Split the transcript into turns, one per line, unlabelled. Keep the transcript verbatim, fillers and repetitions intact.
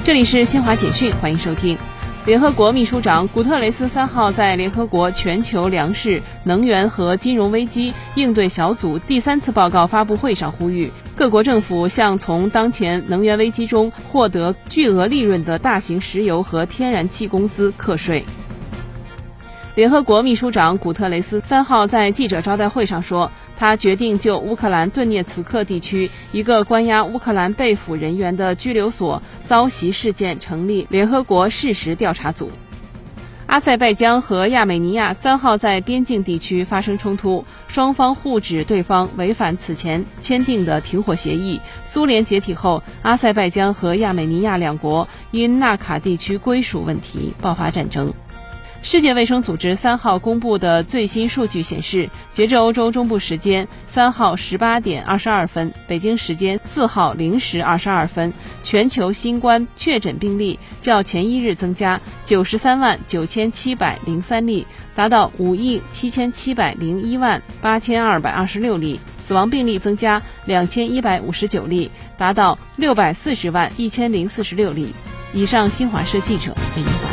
这里是新华简讯，欢迎收听。联合国秘书长古特雷斯三号在联合国全球粮食、能源和金融危机应对小组第三次报告发布会上呼吁，各国政府向从当前能源危机中获得巨额利润的大型石油和天然气公司课税。联合国秘书长古特雷斯三号在记者招待会上说，他决定就乌克兰顿涅茨克地区一个关押乌克兰被俘人员的拘留所遭袭事件成立联合国事实调查组。阿塞拜疆和亚美尼亚三号在边境地区发生冲突，双方互指对方违反此前签订的停火协议。苏联解体后，阿塞拜疆和亚美尼亚两国因纳卡地区归属问题爆发战争。世界卫生组织三号公布的最新数据显示，截至欧洲中部时间三号十八点二十二分，北京时间四号零时二十二分，全球新冠确诊病例较前一日增加九十三万九千七百零三例，达到五亿七千七百零一万八千二百二十六例；死亡病例增加两千一百五十九例，达到六百四十万一千零四十六例。以上，新华社记者为您报道。